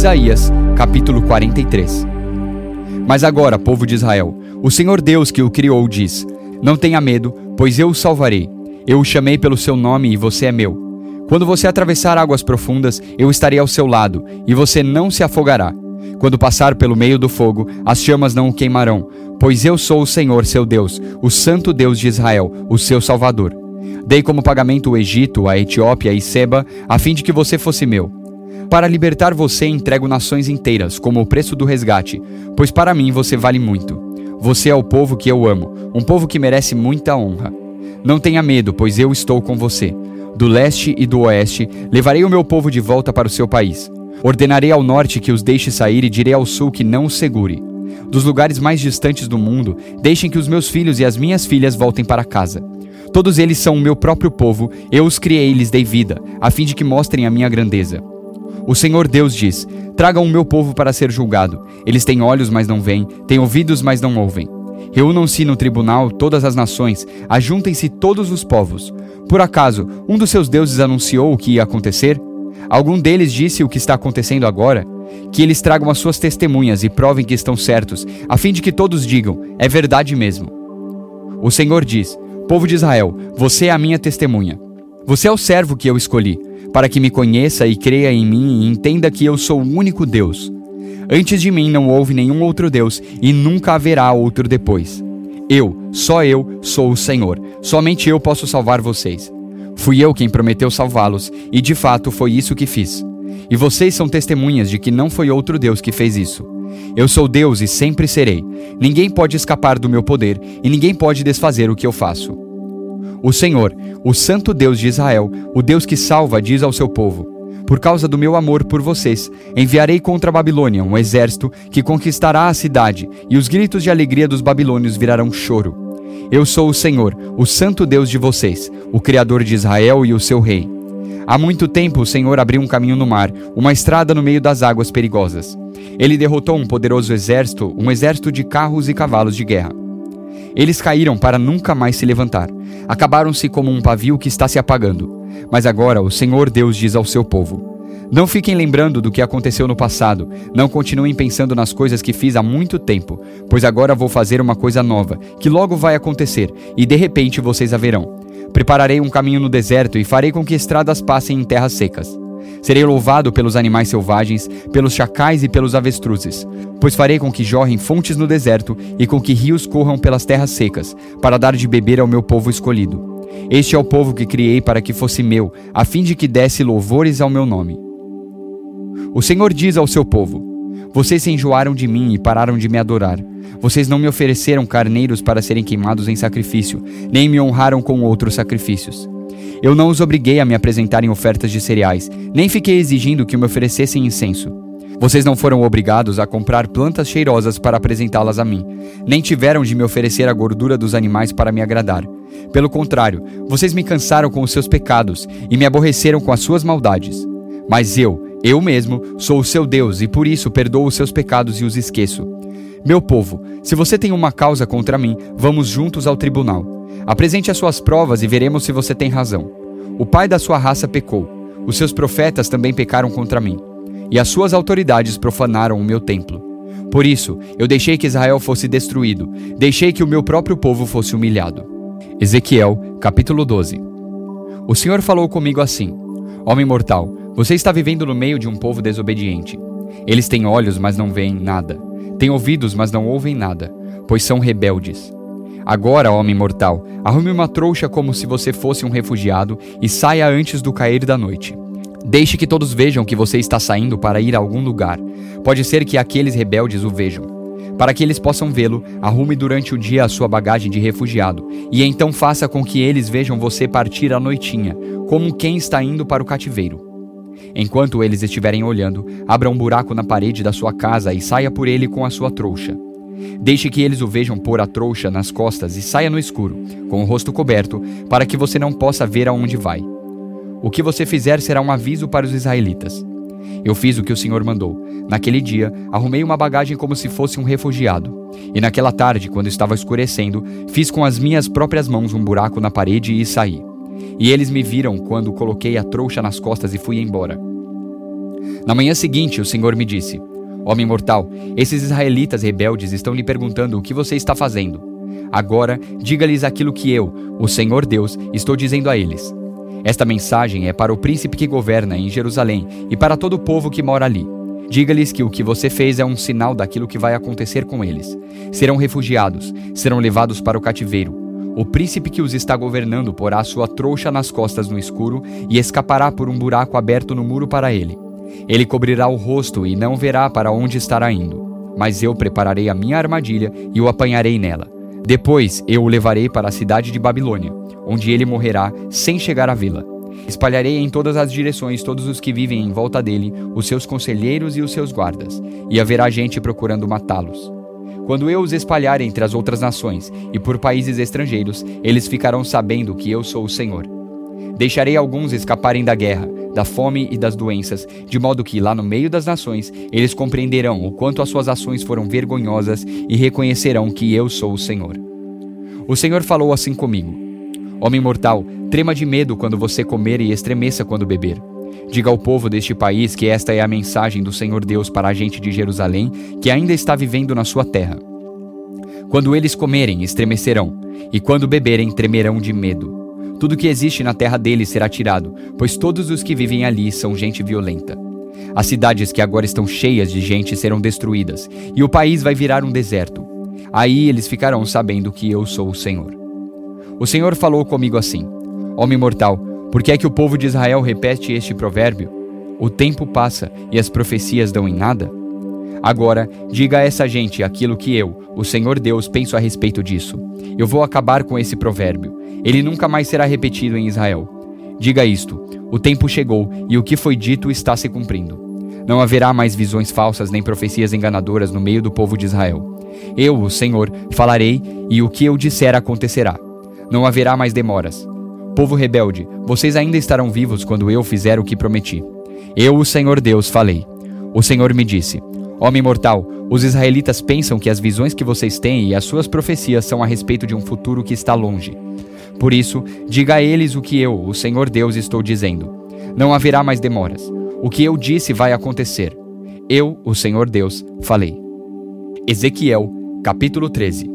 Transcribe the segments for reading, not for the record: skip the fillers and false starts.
Isaías, capítulo 43. Mas agora, povo de Israel, o Senhor Deus que o criou diz: não tenha medo, pois eu o salvarei. Eu o chamei pelo seu nome e você é meu. Quando você atravessar águas profundas, eu estarei ao seu lado, e você não se afogará. Quando passar pelo meio do fogo, as chamas não o queimarão, pois eu sou o Senhor, seu Deus, o Santo Deus de Israel, o seu Salvador. Dei como pagamento o Egito, a Etiópia e Seba, a fim de que você fosse meu. Para libertar você, entrego nações inteiras, como o preço do resgate, pois para mim você vale muito. Você é o povo que eu amo, um povo que merece muita honra. Não tenha medo, pois eu estou com você. Do leste e do oeste, levarei o meu povo de volta para o seu país. Ordenarei ao norte que os deixe sair e direi ao sul que não os segure. Dos lugares mais distantes do mundo, deixem que os meus filhos e as minhas filhas voltem para casa. Todos eles são o meu próprio povo, eu os criei e lhes dei vida, a fim de que mostrem a minha grandeza. O Senhor Deus diz: tragam o meu povo para ser julgado. Eles têm olhos, mas não veem, têm ouvidos, mas não ouvem. Reúnam-se no tribunal todas as nações, ajuntem-se todos os povos. Por acaso, um dos seus deuses anunciou o que ia acontecer? Algum deles disse o que está acontecendo agora? Que eles tragam as suas testemunhas e provem que estão certos, a fim de que todos digam: é verdade mesmo. O Senhor diz: povo de Israel, você é a minha testemunha. Você é o servo que eu escolhi, para que me conheça e creia em mim e entenda que eu sou o único Deus. Antes de mim não houve nenhum outro Deus e nunca haverá outro depois. Só eu, sou o Senhor. Somente eu posso salvar vocês. Fui eu quem prometeu salvá-los e de fato foi isso que fiz. E vocês são testemunhas de que não foi outro Deus que fez isso. Eu sou Deus e sempre serei. Ninguém pode escapar do meu poder e ninguém pode desfazer o que eu faço. O Senhor, o Santo Deus de Israel, o Deus que salva, diz ao seu povo: por causa do meu amor por vocês, enviarei contra a Babilônia um exército que conquistará a cidade, e os gritos de alegria dos babilônios virarão choro. Eu sou o Senhor, o Santo Deus de vocês, o Criador de Israel e o seu Rei. Há muito tempo o Senhor abriu um caminho no mar, uma estrada no meio das águas perigosas. Ele derrotou um poderoso exército, um exército de carros e cavalos de guerra. Eles caíram para nunca mais se levantar. Acabaram-se como um pavio que está se apagando. Mas agora o Senhor Deus diz ao seu povo: não fiquem lembrando do que aconteceu no passado. Não continuem pensando nas coisas que fiz há muito tempo, pois agora vou fazer uma coisa nova, que logo vai acontecer, e de repente vocês a verão. Prepararei um caminho no deserto e farei com que estradas passem em terras secas. Serei louvado pelos animais selvagens, pelos chacais e pelos avestruzes, pois farei com que jorrem fontes no deserto e com que rios corram pelas terras secas, para dar de beber ao meu povo escolhido. Este é o povo que criei para que fosse meu, a fim de que desse louvores ao meu nome. O Senhor diz ao seu povo: vocês se enjoaram de mim e pararam de me adorar. Vocês não me ofereceram carneiros para serem queimados em sacrifício, nem me honraram com outros sacrifícios. Eu não os obriguei a me apresentarem ofertas de cereais, nem fiquei exigindo que me oferecessem incenso. Vocês não foram obrigados a comprar plantas cheirosas para apresentá-las a mim, nem tiveram de me oferecer a gordura dos animais para me agradar. Pelo contrário, vocês me cansaram com os seus pecados e me aborreceram com as suas maldades. Mas eu mesmo, sou o seu Deus e por isso perdoo os seus pecados e os esqueço. Meu povo, se você tem uma causa contra mim, vamos juntos ao tribunal. Apresente as suas provas e veremos se você tem razão. O pai da sua raça pecou. Os seus profetas também pecaram contra mim. E as suas autoridades profanaram o meu templo. Por isso, eu deixei que Israel fosse destruído. Deixei que o meu próprio povo fosse humilhado. Ezequiel, capítulo 12. O Senhor falou comigo assim: homem mortal, você está vivendo no meio de um povo desobediente. Eles têm olhos, mas não veem nada. Têm ouvidos, mas não ouvem nada, pois são rebeldes. Agora, homem mortal, arrume uma trouxa como se você fosse um refugiado e saia antes do cair da noite. Deixe que todos vejam que você está saindo para ir a algum lugar. Pode ser que aqueles rebeldes o vejam. Para que eles possam vê-lo, arrume durante o dia a sua bagagem de refugiado, e então faça com que eles vejam você partir à noitinha, como quem está indo para o cativeiro. Enquanto eles estiverem olhando, abra um buraco na parede da sua casa e saia por ele com a sua trouxa. Deixe que eles o vejam pôr a trouxa nas costas e saia no escuro, com o rosto coberto, para que você não possa ver aonde vai. O que você fizer será um aviso para os israelitas. Eu fiz o que o Senhor mandou. Naquele dia, arrumei uma bagagem como se fosse um refugiado. E naquela tarde, quando estava escurecendo, fiz com as minhas próprias mãos um buraco na parede e saí. E eles me viram quando coloquei a trouxa nas costas e fui embora. Na manhã seguinte, o Senhor me disse: Homem mortal, esses israelitas rebeldes estão lhe perguntando o que você está fazendo. Agora, diga-lhes aquilo que eu, o Senhor Deus, estou dizendo a eles. Esta mensagem é para o príncipe que governa em Jerusalém e para todo o povo que mora ali. Diga-lhes que o que você fez é um sinal daquilo que vai acontecer com eles. Serão refugiados, serão levados para o cativeiro. O príncipe que os está governando porá sua trouxa nas costas no escuro e escapará por um buraco aberto no muro para ele. Ele cobrirá o rosto e não verá para onde estará indo. Mas eu prepararei a minha armadilha e o apanharei nela. Depois eu o levarei para a cidade de Babilônia, onde ele morrerá sem chegar a vê-la. Espalharei em todas as direções todos os que vivem em volta dele, os seus conselheiros e os seus guardas, e haverá gente procurando matá-los. Quando eu os espalhar entre as outras nações e por países estrangeiros, eles ficarão sabendo que eu sou o Senhor. Deixarei alguns escaparem da guerra, da fome e das doenças, de modo que, lá no meio das nações, eles compreenderão o quanto as suas ações foram vergonhosas e reconhecerão que eu sou o Senhor. O Senhor falou assim comigo: Homem mortal, trema de medo quando você comer e estremeça quando beber. Diga ao povo deste país que esta é a mensagem do Senhor Deus para a gente de Jerusalém, que ainda está vivendo na sua terra. Quando eles comerem, estremecerão, e quando beberem, tremerão de medo. Tudo que existe na terra deles será tirado, pois todos os que vivem ali são gente violenta. As cidades que agora estão cheias de gente serão destruídas, e o país vai virar um deserto. Aí eles ficarão sabendo que eu sou o Senhor. O Senhor falou comigo assim: Homem mortal, por que é que o povo de Israel repete este provérbio? O tempo passa e as profecias dão em nada? Agora, diga a essa gente aquilo que eu, o Senhor Deus, penso a respeito disso. Eu vou acabar com esse provérbio. Ele nunca mais será repetido em Israel. Diga isto: o tempo chegou e o que foi dito está se cumprindo. Não haverá mais visões falsas nem profecias enganadoras no meio do povo de Israel. Eu, o Senhor, falarei e o que eu disser acontecerá. Não haverá mais demoras. Povo rebelde, vocês ainda estarão vivos quando eu fizer o que prometi. Eu, o Senhor Deus, falei. O Senhor me disse: Homem mortal, os israelitas pensam que as visões que vocês têm e as suas profecias são a respeito de um futuro que está longe. Por isso, diga a eles o que eu, o Senhor Deus, estou dizendo. Não haverá mais demoras. O que eu disse vai acontecer. Eu, o Senhor Deus, falei. Ezequiel, capítulo 13.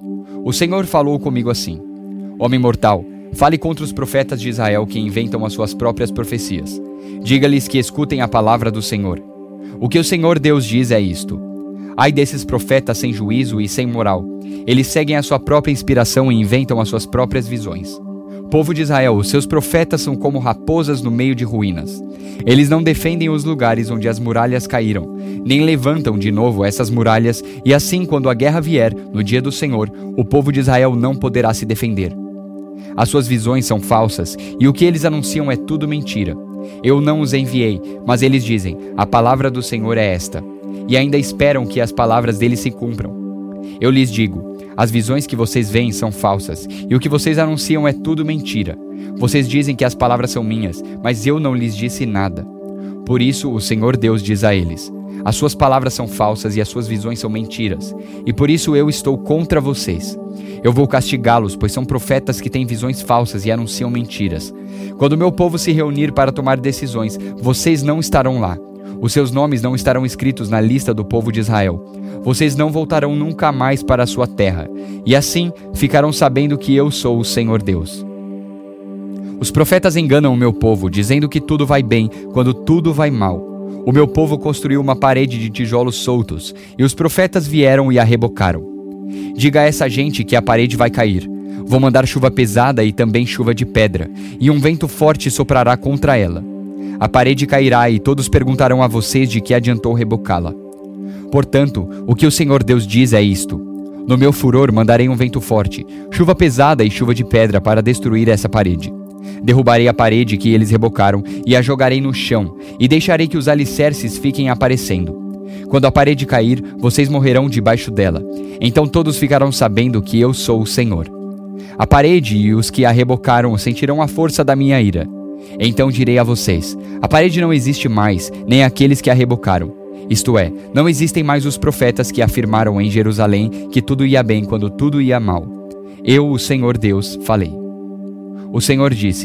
O Senhor falou comigo assim: Homem mortal, fale contra os profetas de Israel que inventam as suas próprias profecias. Diga-lhes que escutem a palavra do Senhor. O que o Senhor Deus diz é isto: Ai desses profetas sem juízo e sem moral. Eles seguem a sua própria inspiração e inventam as suas próprias visões. Povo de Israel, os seus profetas são como raposas no meio de ruínas. Eles não defendem os lugares onde as muralhas caíram, nem levantam de novo essas muralhas, e assim, quando a guerra vier, no dia do Senhor, o povo de Israel não poderá se defender. As suas visões são falsas, e o que eles anunciam é tudo mentira. Eu não os enviei, mas eles dizem: a palavra do Senhor é esta. E ainda esperam que as palavras dele se cumpram. Eu lhes digo: as visões que vocês veem são falsas, e o que vocês anunciam é tudo mentira. Vocês dizem que as palavras são minhas, mas eu não lhes disse nada. Por isso o Senhor Deus diz a eles: as suas palavras são falsas e as suas visões são mentiras, e por isso eu estou contra vocês. Eu vou castigá-los, pois são profetas que têm visões falsas e anunciam mentiras. Quando o meu povo se reunir para tomar decisões, vocês não estarão lá. Os seus nomes não estarão escritos na lista do povo de Israel. Vocês não voltarão nunca mais para a sua terra, e assim ficarão sabendo que eu sou o Senhor Deus. Os profetas enganam o meu povo, dizendo que tudo vai bem, quando tudo vai mal. O meu povo construiu uma parede de tijolos soltos, e os profetas vieram e a rebocaram. Diga a essa gente que a parede vai cair. Vou mandar chuva pesada e também chuva de pedra, e um vento forte soprará contra ela. A parede cairá e todos perguntarão a vocês de que adiantou rebocá-la. Portanto, o que o Senhor Deus diz é isto: no meu furor mandarei um vento forte, chuva pesada e chuva de pedra para destruir essa parede. Derrubarei a parede que eles rebocaram e a jogarei no chão, e deixarei que os alicerces fiquem aparecendo. Quando a parede cair, vocês morrerão debaixo dela. Então todos ficarão sabendo que eu sou o Senhor. A parede e os que a rebocaram sentirão a força da minha ira. Então direi a vocês: a parede não existe mais, nem aqueles que a rebocaram. Isto é, não existem mais os profetas que afirmaram em Jerusalém que tudo ia bem quando tudo ia mal. Eu, o Senhor Deus, falei. O Senhor disse: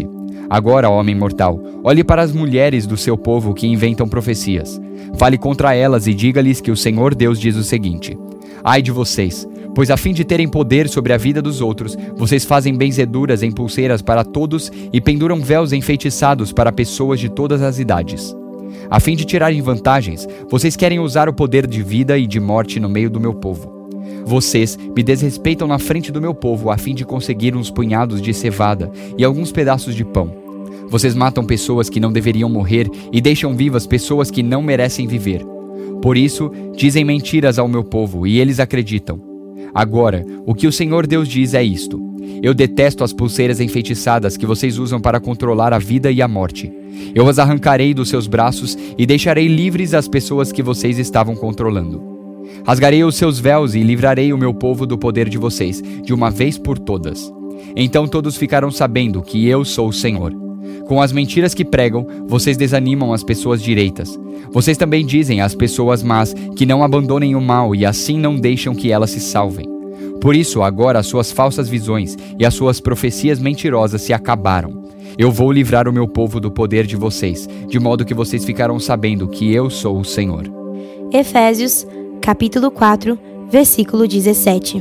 Agora, homem mortal, olhe para as mulheres do seu povo que inventam profecias. Fale contra elas e diga-lhes que o Senhor Deus diz o seguinte: Ai de vocês, pois a fim de terem poder sobre a vida dos outros, vocês fazem benzeduras em pulseiras para todos e penduram véus enfeitiçados para pessoas de todas as idades. A fim de tirarem vantagens, vocês querem usar o poder de vida e de morte no meio do meu povo. Vocês me desrespeitam na frente do meu povo a fim de conseguir uns punhados de cevada e alguns pedaços de pão. Vocês matam pessoas que não deveriam morrer e deixam vivas pessoas que não merecem viver. Por isso, dizem mentiras ao meu povo e eles acreditam. Agora, o que o Senhor Deus diz é isto: Eu detesto as pulseiras enfeitiçadas que vocês usam para controlar a vida e a morte. Eu as arrancarei dos seus braços e deixarei livres as pessoas que vocês estavam controlando. Rasgarei os seus véus e livrarei o meu povo do poder de vocês, de uma vez por todas. Então todos ficarão sabendo que eu sou o Senhor. Com as mentiras que pregam, vocês desanimam as pessoas direitas. Vocês também dizem às pessoas más que não abandonem o mal e assim não deixam que elas se salvem. Por isso, agora as suas falsas visões e as suas profecias mentirosas se acabaram. Eu vou livrar o meu povo do poder de vocês, de modo que vocês ficarão sabendo que eu sou o Senhor. Efésios, capítulo 4, versículo 17.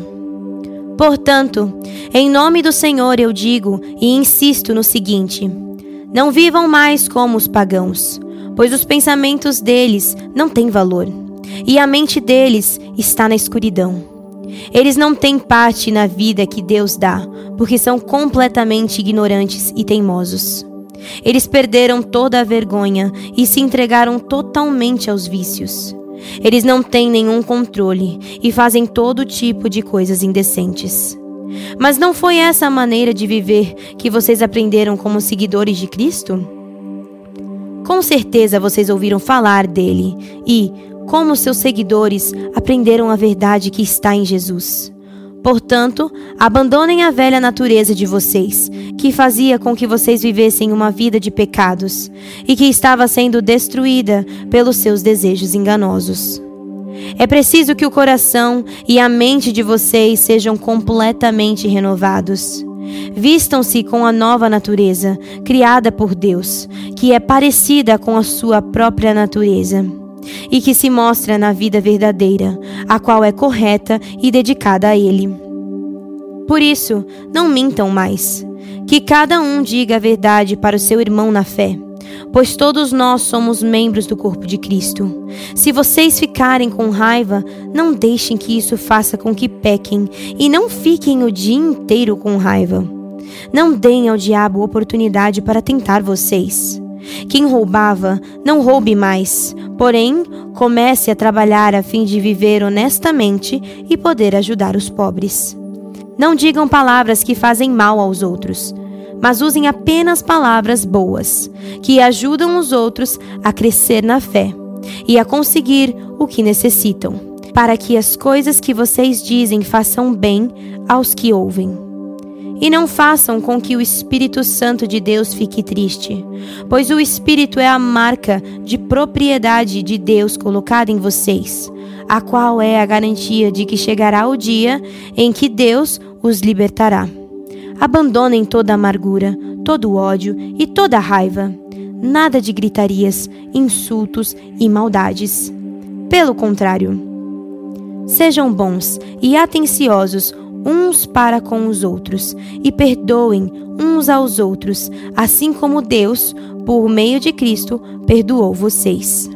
Portanto, em nome do Senhor eu digo e insisto no seguinte: não vivam mais como os pagãos, pois os pensamentos deles não têm valor, e a mente deles está na escuridão. Eles não têm parte na vida que Deus dá, porque são completamente ignorantes e teimosos. Eles perderam toda a vergonha e se entregaram totalmente aos vícios. Eles não têm nenhum controle e fazem todo tipo de coisas indecentes. Mas não foi essa a maneira de viver que vocês aprenderam como seguidores de Cristo? Com certeza vocês ouviram falar dele e, como seus seguidores, aprenderam a verdade que está em Jesus. Portanto, abandonem a velha natureza de vocês, que fazia com que vocês vivessem uma vida de pecados e que estava sendo destruída pelos seus desejos enganosos. É preciso que o coração e a mente de vocês sejam completamente renovados. Vistam-se com a nova natureza, criada por Deus, que é parecida com a sua própria natureza e que se mostra na vida verdadeira, a qual é correta e dedicada a Ele. Por isso, não mintam mais. Que cada um diga a verdade para o seu irmão na fé, pois todos nós somos membros do corpo de Cristo. Se vocês ficarem com raiva, não deixem que isso faça com que pequem e não fiquem o dia inteiro com raiva. Não deem ao diabo oportunidade para tentar vocês. Quem roubava, não roube mais, porém, comece a trabalhar a fim de viver honestamente e poder ajudar os pobres. Não digam palavras que fazem mal aos outros, mas usem apenas palavras boas, que ajudam os outros a crescer na fé e a conseguir o que necessitam, para que as coisas que vocês dizem façam bem aos que ouvem. E não façam com que o Espírito Santo de Deus fique triste, pois o Espírito é a marca de propriedade de Deus colocada em vocês, a qual é a garantia de que chegará o dia em que Deus os libertará. Abandonem toda amargura, todo ódio e toda raiva. Nada de gritarias, insultos e maldades. Pelo contrário, sejam bons e atenciosos uns para com os outros, e perdoem uns aos outros, assim como Deus, por meio de Cristo, perdoou vocês.